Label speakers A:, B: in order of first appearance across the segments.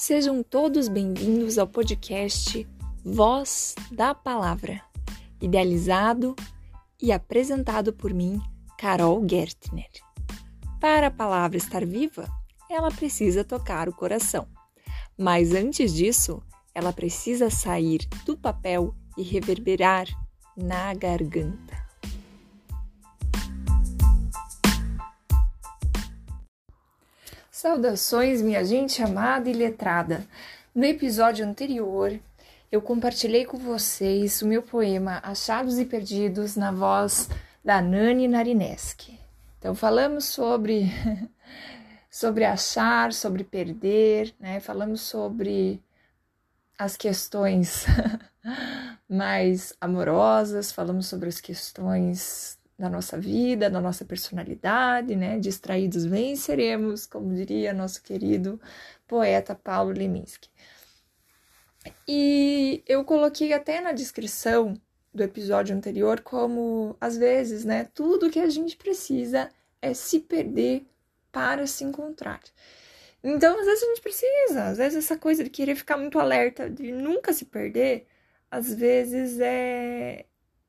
A: Sejam todos bem-vindos ao podcast Voz da Palavra, idealizado e apresentado por mim, Carol Gertner. Para a palavra estar viva, ela precisa tocar o coração. Mas antes disso, ela precisa sair do papel e reverberar na garganta. Saudações, minha gente amada e letrada. No episódio anterior, eu compartilhei com vocês o meu poema Achados e Perdidos na voz da Nani Narineschi. Então, falamos sobre achar, sobre perder, né? Falamos sobre as questões mais amorosas, falamos sobre as questões da nossa vida, da nossa personalidade, né? Distraídos venceremos, como diria nosso querido poeta Paulo Leminski. E eu coloquei até na descrição do episódio anterior como, às vezes, né? Tudo que a gente precisa é se perder para se encontrar. Então, às vezes a gente precisa, às vezes essa coisa de querer ficar muito alerta, de nunca se perder, às vezes é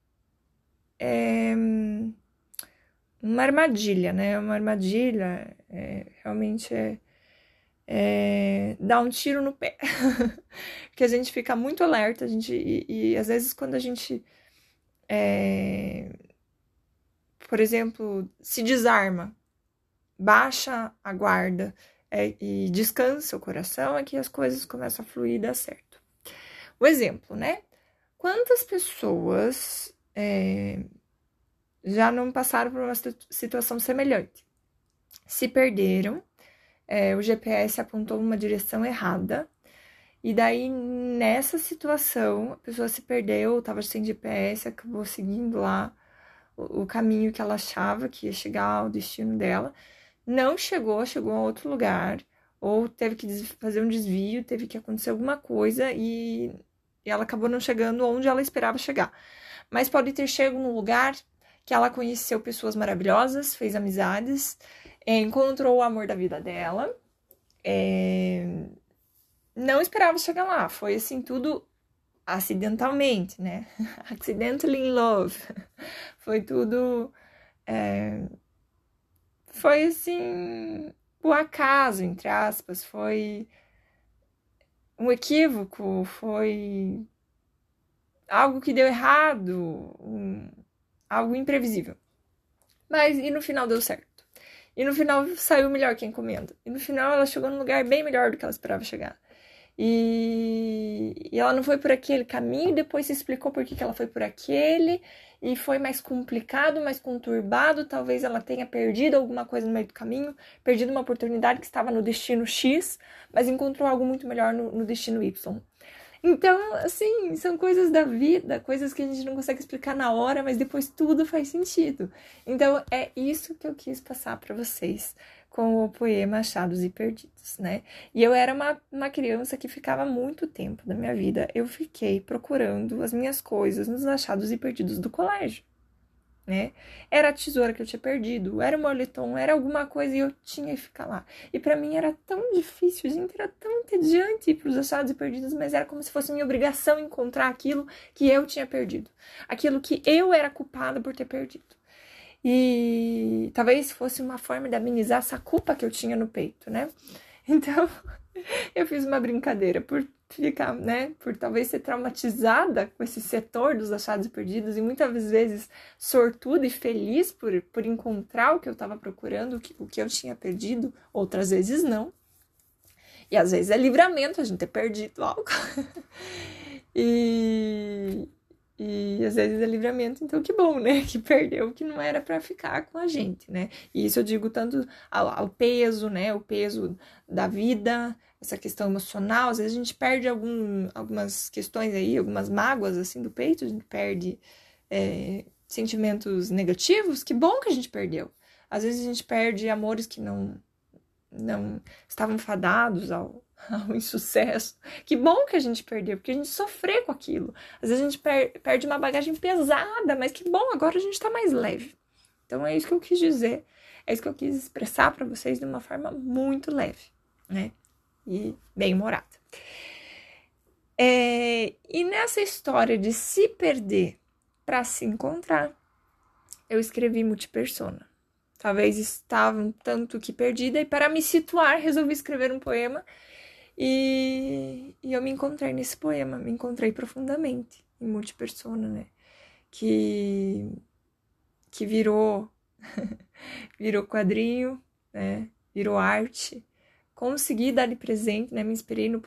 A: uma armadilha, né? Uma armadilha realmente dá um tiro no pé. Porque a gente fica muito alerta, e às vezes quando a gente, por exemplo, se desarma, baixa a guarda e descansa o coração, é que as coisas começam a fluir e dar certo. O exemplo, né? Quantas pessoas já não passaram por uma situação semelhante? Se perderam, o GPS apontou uma direção errada, e daí nessa situação a pessoa se perdeu, estava sem GPS, acabou seguindo lá o caminho que ela achava que ia chegar ao destino dela, não chegou a outro lugar, ou teve que fazer um desvio, teve que acontecer alguma coisa e ela acabou não chegando onde ela esperava chegar. Mas pode ter chegado num lugar que ela conheceu pessoas maravilhosas, fez amizades, encontrou o amor da vida dela, não esperava chegar lá, foi assim tudo acidentalmente, né? Accidentally in love. Foi tudo, foi assim, o acaso, entre aspas, foi um equívoco, foi algo que deu errado, algo imprevisível. Mas, e no final deu certo. E no final saiu melhor que a encomenda. E no final ela chegou num lugar bem melhor do que ela esperava chegar. E ela não foi por aquele caminho, depois se explicou por que ela foi por aquele, e foi mais complicado, mais conturbado, talvez ela tenha perdido alguma coisa no meio do caminho, perdido uma oportunidade que estava no destino X, mas encontrou algo muito melhor no destino Y. Então, assim, são coisas da vida, coisas que a gente não consegue explicar na hora, mas depois tudo faz sentido. Então, é isso que eu quis passar para vocês com o poema Achados e Perdidos, né? E eu era uma criança que ficava muito tempo da minha vida, eu fiquei procurando as minhas coisas nos achados e perdidos do colégio, né? Era a tesoura que eu tinha perdido, era o moletom, era alguma coisa e eu tinha que ficar lá. E pra mim era tão difícil, gente, era tão entediante ir pros achados e perdidos, mas era como se fosse minha obrigação encontrar aquilo que eu tinha perdido, aquilo que eu era culpada por ter perdido. E talvez fosse uma forma de amenizar essa culpa que eu tinha no peito, né? Então, eu fiz uma brincadeira por ficar, né? Por talvez ser traumatizada com esse setor dos achados e perdidos e muitas vezes sortuda e feliz por encontrar o que eu estava procurando, o que eu tinha perdido, outras vezes não. E às vezes é livramento a gente ter perdido algo. E às vezes é livramento, então que bom, né? Que perdeu, que não era para ficar com a gente, né? E isso eu digo tanto ao peso, né? O peso da vida, essa questão emocional. Às vezes a gente perde algumas questões aí, algumas mágoas assim do peito, a gente perde sentimentos negativos. Que bom que a gente perdeu. Às vezes a gente perde amores que não estavam fadados ao insucesso. Que bom que a gente perdeu, porque a gente sofreu com aquilo. Às vezes a gente perde uma bagagem pesada, mas que bom, agora a gente tá mais leve. Então é isso que eu quis dizer, é isso que eu quis expressar para vocês de uma forma muito leve, né? e bem-humorada. E nessa história de se perder para se encontrar, eu escrevi Multipersona. Talvez estava um tanto que perdida e para me situar resolvi escrever um poema e eu me encontrei nesse poema, me encontrei profundamente em Multipersona, né? Que virou quadrinho, né? Virou arte. Consegui dar de presente, né? Me inspirei no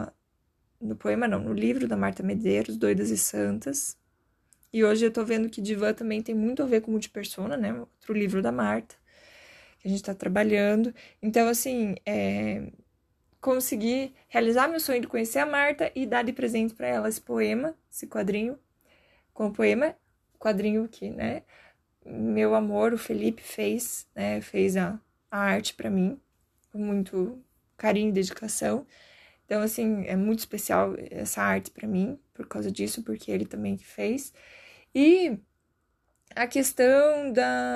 A: livro da Marta Medeiros, Doidas e Santas. E hoje eu tô vendo que Divã também tem muito a ver com Multipersona, né? Outro livro da Marta, que a gente tá trabalhando. Então, assim, consegui realizar meu sonho de conhecer a Marta e dar de presente para ela esse poema, esse quadrinho, com o poema, quadrinho que, né? Meu amor, o Felipe fez, né? Fez a arte para mim, com muito carinho e dedicação. Então, assim, é muito especial essa arte para mim, por causa disso, porque ele também fez. E a questão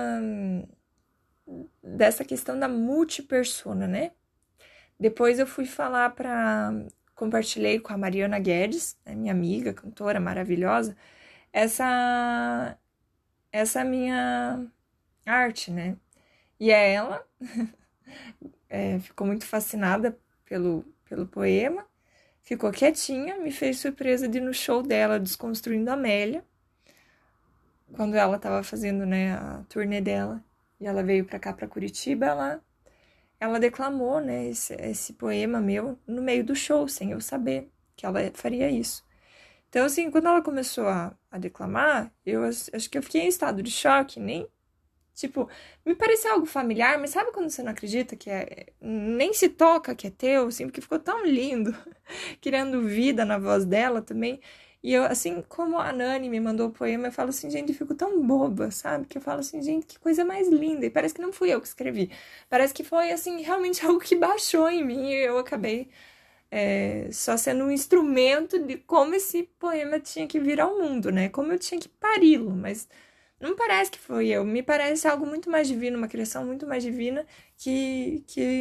A: dessa questão da multipersona, né? Depois eu fui falar compartilhei com a Mariana Guedes, né, minha amiga, cantora maravilhosa, essa minha arte, né? E ela ficou muito fascinada pelo poema, ficou quietinha, me fez surpresa de ir no show dela, Desconstruindo a Amélia, quando ela estava fazendo, né, a turnê dela, e ela veio para cá, para Curitiba, ela declamou, né, esse poema meu no meio do show, sem eu saber que ela faria isso. Então, assim, quando ela começou a declamar, eu acho que eu fiquei em estado de choque, tipo, me pareceu algo familiar, mas sabe quando você não acredita que nem se toca que é teu, assim, porque ficou tão lindo, criando vida na voz dela também. E eu, assim como a Nani me mandou o poema, eu falo assim, gente, eu fico tão boba, sabe? Que eu falo assim, gente, que coisa mais linda. E parece que não fui eu que escrevi. Parece que foi, assim, realmente algo que baixou em mim e eu acabei só sendo um instrumento de como esse poema tinha que vir ao mundo, né? Como eu tinha que pari-lo, mas não parece que foi eu. Me parece algo muito mais divino, uma criação muito mais divina que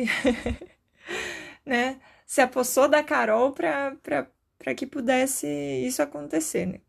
A: né, se apossou da Carol para que pudesse isso acontecer, né?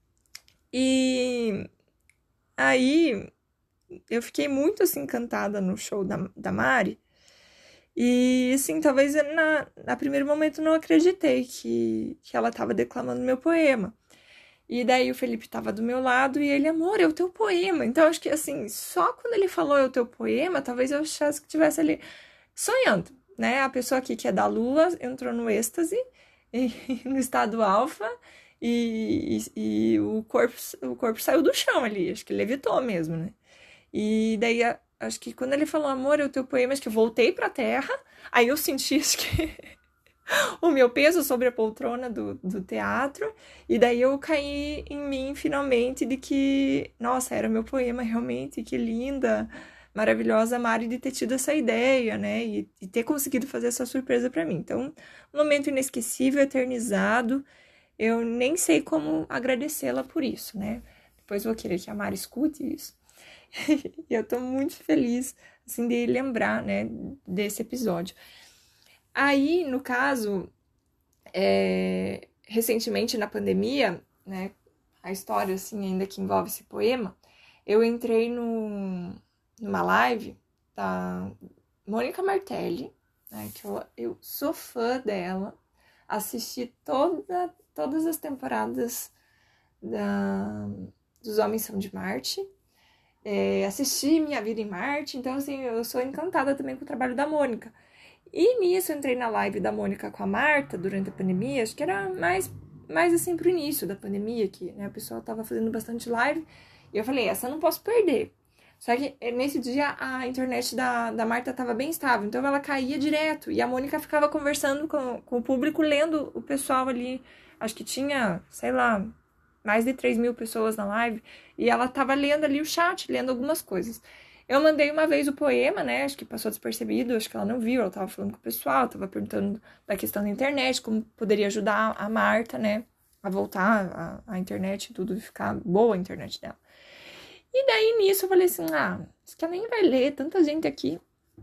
A: E aí eu fiquei muito assim encantada no show da Mari. E assim, talvez na primeiro momento não acreditei que ela estava declamando meu poema. E daí o Felipe estava do meu lado e ele, amor, é o teu poema. Então acho que assim, só quando ele falou é o teu poema, talvez eu achasse que estivesse ali sonhando, né? A pessoa aqui que é da Lua entrou no êxtase, no estado alfa, e o corpo saiu do chão ali, acho que levitou mesmo, né? E daí, acho que quando ele falou, amor, é o teu poema, acho que eu voltei pra terra, aí eu senti, acho que o meu peso sobre a poltrona do teatro, e daí eu caí em mim, finalmente, de que, nossa, era meu poema realmente, que linda, maravilhosa Mari de ter tido essa ideia, né, e ter conseguido fazer essa surpresa pra mim. Então, um momento inesquecível, eternizado, eu nem sei como agradecê-la por isso, né, depois vou querer que a Mari escute isso. E eu tô muito feliz, assim, de lembrar, né, desse episódio. Aí, no caso, recentemente na pandemia, né, a história, assim, ainda que envolve esse poema, eu entrei numa live da Mônica Martelli, né, que eu sou fã dela, assisti todas as temporadas dos Homens São de Marte, assisti Minha Vida em Marte, então, assim, eu sou encantada também com o trabalho da Mônica. E nisso eu entrei na live da Mônica com a Marta durante a pandemia, acho que era mais assim pro início da pandemia, que, né, o pessoal tava fazendo bastante live, e eu falei, essa eu não posso perder. Só que nesse dia a internet da Marta tava bem estável, então ela caía direto, e a Mônica ficava conversando com o público, lendo o pessoal ali, acho que tinha, sei lá, mais de 3.000 pessoas na live, e ela tava lendo ali o chat, lendo algumas coisas. Eu mandei uma vez o poema, né, acho que passou despercebido, acho que ela não viu, ela tava falando com o pessoal, tava perguntando da questão da internet, como poderia ajudar a Marta, né, a voltar a internet e tudo, ficar boa a internet dela. E daí, nisso, eu falei assim, isso que ela nem vai ler, tanta gente aqui.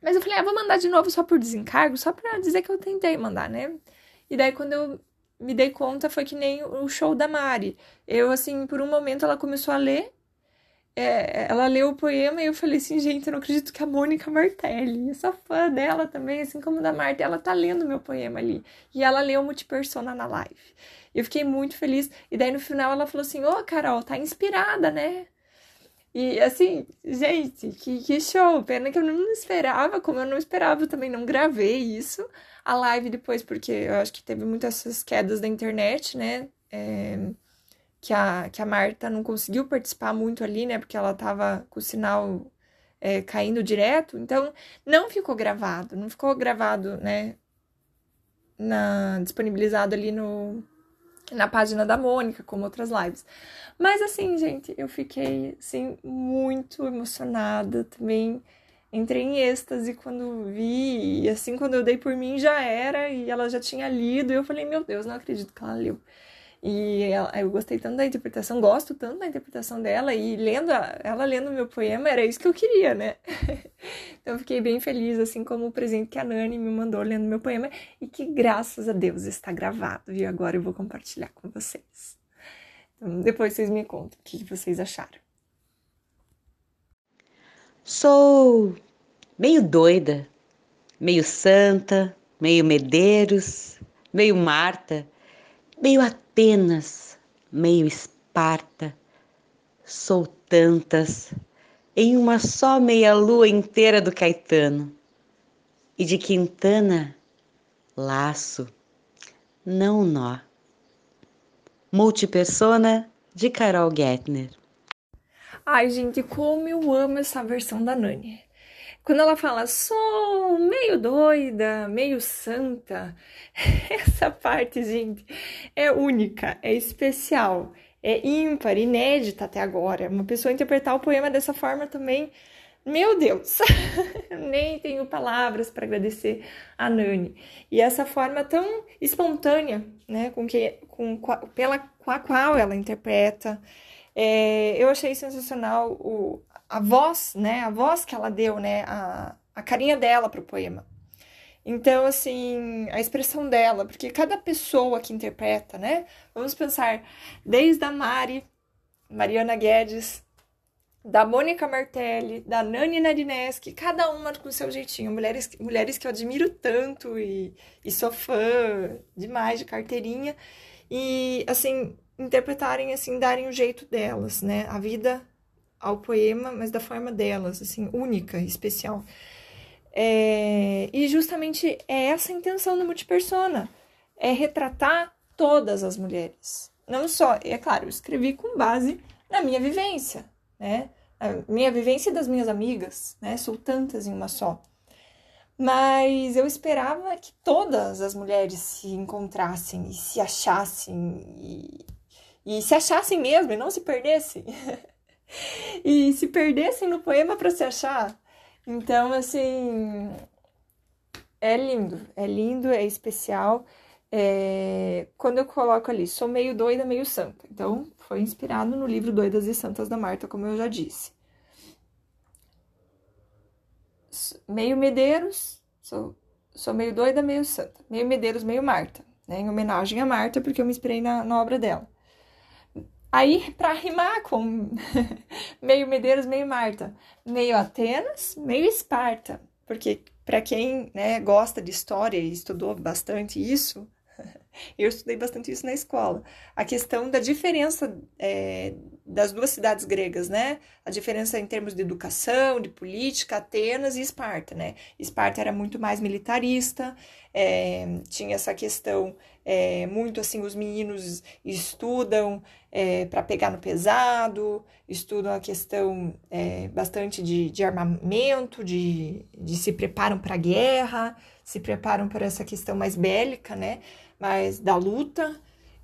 A: Mas eu falei, vou mandar de novo só por desencargo, só pra dizer que eu tentei mandar, né? E daí, quando eu me dei conta, foi que nem o show da Mari. Eu, assim, por um momento, ela começou a ler, ela leu o poema e eu falei assim, gente, eu não acredito que a Mônica Martelli, eu sou fã dela também, assim como da Marta, ela tá lendo meu poema ali. E ela leu Multipersona na live. Eu fiquei muito feliz. E daí, no final, ela falou assim, Carol, tá inspirada, né? E, assim, gente, que show! Pena que eu não esperava, como eu não esperava, eu também não gravei isso. A live depois, porque eu acho que teve muitas essas quedas da internet, né? Que a Marta não conseguiu participar muito ali, né? Porque ela tava com o sinal caindo direto. Então, não ficou gravado. Não ficou gravado, né? Disponibilizado ali na página da Mônica, como outras lives. Mas, assim, gente, eu fiquei, assim, muito emocionada também. Entrei em êxtase quando vi, e assim, quando eu dei por mim já era, e ela já tinha lido, e eu falei, meu Deus, não acredito que ela leu. E eu gostei tanto da interpretação, gosto tanto da interpretação dela, e ela lendo meu poema, era isso que eu queria, né? Então eu fiquei bem feliz, assim como o presente que a Nani me mandou lendo meu poema, e que graças a Deus está gravado, e agora eu vou compartilhar com vocês. Então depois vocês me contam o que vocês acharam.
B: Sou meio doida, meio santa, meio Medeiros, meio Marta, meio Atenas, meio Esparta. Sou tantas, em uma só meia-lua inteira do Caetano. E de Quintana, laço, não nó. Multipersona, de Carol Gettner.
A: Ai, gente, como eu amo essa versão da Nani. Quando ela fala, sou meio doida, meio santa, essa parte, gente, é única, é especial, é ímpar, inédita até agora. Uma pessoa interpretar o poema dessa forma também, meu Deus, nem tenho palavras para agradecer a Nani. E essa forma tão espontânea, né, com a qual ela interpreta, eu achei sensacional a voz, né? A voz que ela deu, né? A carinha dela pro poema. Então, assim, a expressão dela, porque cada pessoa que interpreta, né? Vamos pensar, desde a Mariana Guedes, da Mônica Martelli, da Nani Nadineski, cada uma com o seu jeitinho. Mulheres que eu admiro tanto e sou fã demais de carteirinha. E, assim, interpretarem, assim, darem o jeito delas, né? A vida ao poema, mas da forma delas, assim, única, especial. E justamente é essa a intenção do Multipersona, é retratar todas as mulheres. Não só, é claro, eu escrevi com base na minha vivência, né? A minha vivência e das minhas amigas, né? Sou tantas em uma só. Mas eu esperava que todas as mulheres se encontrassem e se achassem, e se achassem mesmo, e não se perdessem. E se perdessem no poema para se achar. Então, assim, é lindo, é especial. Quando eu coloco ali, sou meio doida, meio santa. Então, foi inspirado no livro Doidas e Santas da Marta, como eu já disse. Meio Medeiros, sou meio doida, meio santa. Meio Medeiros, meio Marta, né? Em homenagem a Marta, porque eu me inspirei na obra dela. Aí, para rimar com meio Medeiros, meio Marta, meio Atenas, meio Esparta, porque para quem, né, gosta de história e estudou bastante isso, eu estudei bastante isso na escola, a questão da diferença das duas cidades gregas, né? A diferença em termos de educação, de política, Atenas e Esparta, né? Esparta era muito mais militarista, tinha essa questão, muito assim, os meninos estudam para pegar no pesado, estudam a questão bastante de armamento, de se preparam para a guerra, se preparam para essa questão mais bélica, né? Mais da luta.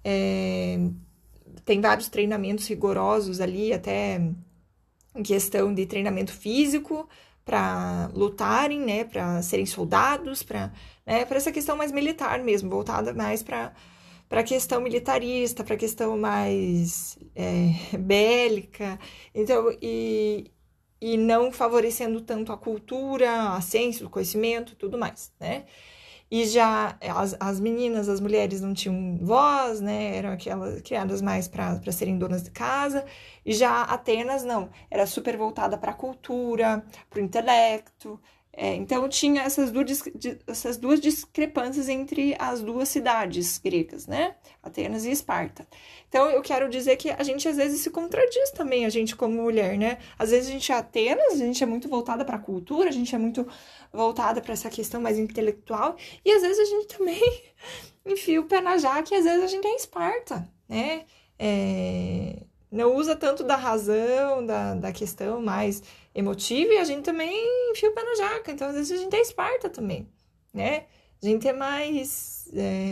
A: Tem vários treinamentos rigorosos ali, até em questão de treinamento físico para lutarem, né? Para serem soldados, para essa questão mais militar mesmo, voltada mais para a questão militarista, para a questão mais bélica. Então, e e não favorecendo tanto a cultura, a ciência, o conhecimento, tudo mais, né? E já as meninas, as mulheres não tinham voz, né? Eram aquelas criadas mais para serem donas de casa. E já Atenas, não. Era super voltada para a cultura, para o intelecto. Então, tinha essas duas discrepâncias entre as duas cidades gregas, né? Atenas e Esparta. Então, eu quero dizer que a gente, às vezes, se contradiz também, a gente como mulher, né? Às vezes, a gente é Atenas, a gente é muito voltada para a cultura, a gente é muito voltada para essa questão mais intelectual, e às vezes a gente também enfia o pé na jaca, e às vezes a gente é Esparta, né? Não usa tanto da razão, da questão mais emotiva, e a gente também enfia o pé na jaca. Então, às vezes, a gente é Esparta também, né? A gente é mais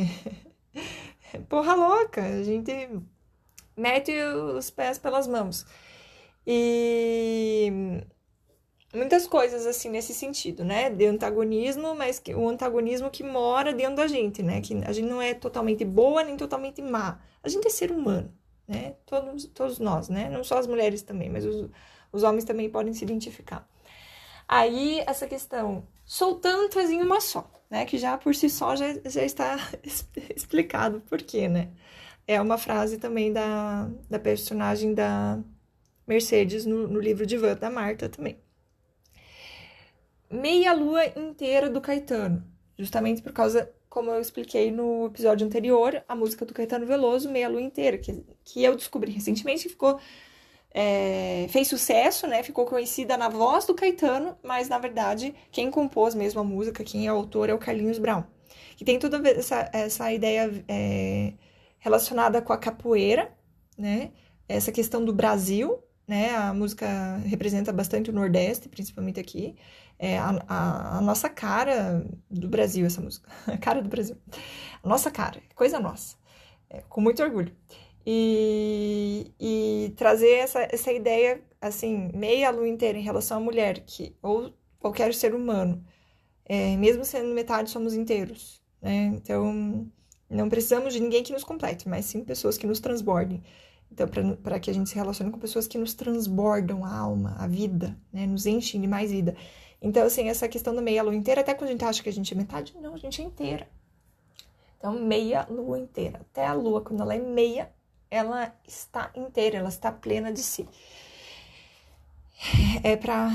A: porra louca, a gente mete os pés pelas mãos. E muitas coisas, assim, nesse sentido, né? De antagonismo, mas o antagonismo que mora dentro da gente, né? Que a gente não é totalmente boa nem totalmente má. A gente é ser humano, né? Todos nós, né? Não só as mulheres também, mas os homens também podem se identificar. Aí, essa questão, sou tantas em uma só, né? Que já por si só já está explicado por quê, né? É uma frase também da personagem da Mercedes no livro Divã, da Marta também. Meia lua inteira do Caetano, justamente por causa, como eu expliquei no episódio anterior, a música do Caetano Veloso, Meia Lua Inteira, que eu descobri recentemente, que fez sucesso, né? Ficou conhecida na voz do Caetano, mas, na verdade, quem compôs mesmo a música, quem é autor, é o Carlinhos Brown. Que tem toda essa ideia relacionada com a capoeira, né? Essa questão do Brasil, né? A música representa bastante o Nordeste, principalmente aqui. A nossa cara do Brasil, essa música. A cara do Brasil. A nossa cara, coisa nossa. Com muito orgulho. E trazer essa ideia, assim, meia lua inteira em relação à mulher, ou qualquer ser humano, mesmo sendo metade, somos inteiros, né? Então, não precisamos de ninguém que nos complete, mas sim pessoas que nos transbordem. Então, para que a gente se relacione com pessoas que nos transbordam a alma, a vida, né? Nos enchem de mais vida. Então, assim, essa questão da meia lua inteira, até quando a gente acha que a gente é metade, não, a gente é inteira. Então, meia lua inteira. Até a lua, quando ela é meia, ela está inteira, ela está plena de si. É para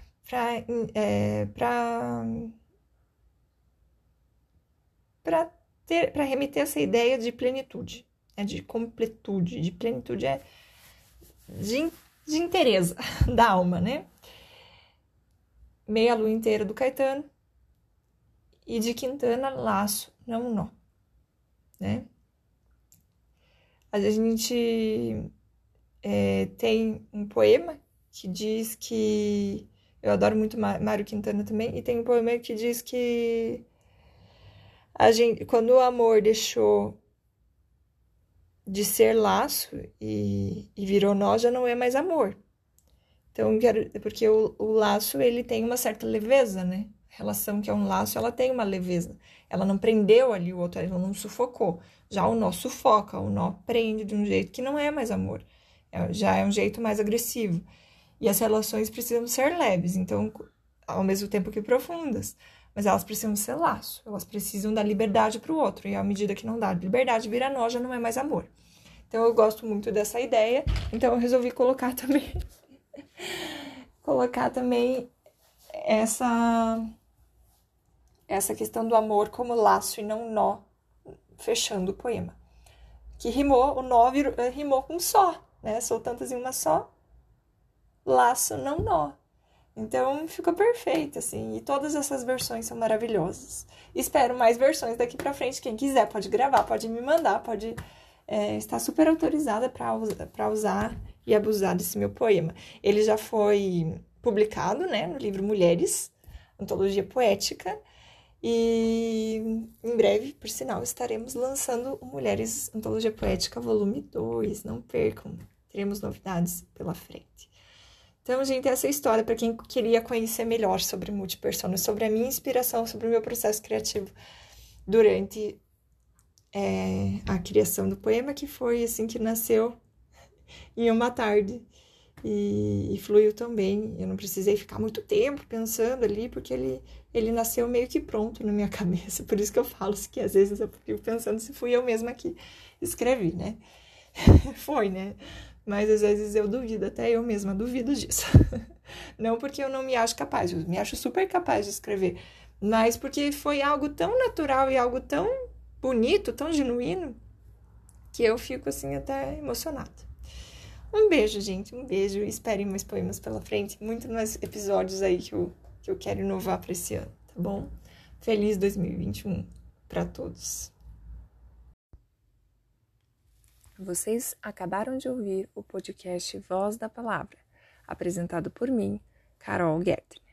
A: remeter essa ideia de plenitude, de completude, de plenitude de inteireza da alma, né? Meia lua inteira do Caetano e de Quintana, laço, não nó, né? A gente tem um poema que diz que... Eu adoro muito Mário Quintana também. E tem um poema que diz que quando o amor deixou de ser laço e virou nó, já não é mais amor. Então, porque o laço, ele tem uma certa leveza, né? A relação que é um laço, ela tem uma leveza. Ela não prendeu ali o outro, ela não sufocou. Já o nó sufoca, o nó prende de um jeito que não é mais amor. Já é um jeito mais agressivo. E as relações precisam ser leves, então, ao mesmo tempo que profundas. Mas elas precisam ser laço, elas precisam dar liberdade para o outro. E à medida que não dá liberdade, vira nó, já não é mais amor. Então, eu gosto muito dessa ideia. Então, eu resolvi colocar também essa questão do amor como laço e não nó, fechando o poema. Que rimou, o nó rimou com só, né? Sou tantas em uma só, laço, não nó. Então, ficou perfeito, assim. E todas essas versões são maravilhosas. Espero mais versões daqui pra frente. Quem quiser pode gravar, pode me mandar, pode estar super autorizada para usar e abusar desse meu poema. Ele já foi publicado, né, no livro Mulheres, Antologia Poética. E em breve, por sinal, estaremos lançando o Mulheres Antologia Poética volume 2. Não percam, teremos novidades pela frente. Então, gente, essa é a história para quem queria conhecer melhor sobre multipersona, sobre a minha inspiração, sobre o meu processo criativo durante a criação do poema, que foi assim que nasceu em uma tarde. e fluiu também. Eu não precisei ficar muito tempo pensando ali, porque ele nasceu meio que pronto na minha cabeça. Por isso que eu falo que às vezes eu fico pensando se fui eu mesma que escrevi, né? Foi, né? Mas às vezes eu duvido, até eu mesma duvido disso. Não porque eu não me acho capaz, eu me acho super capaz de escrever, mas porque foi algo tão natural e algo tão bonito, tão genuíno, que eu fico assim até emocionada. Um beijo, gente, um beijo. Esperem mais poemas pela frente, muito mais episódios aí que eu quero inovar para esse ano, tá bom? Feliz 2021 para todos. Vocês acabaram de ouvir o podcast Voz da Palavra, apresentado por mim, Carol Guertner.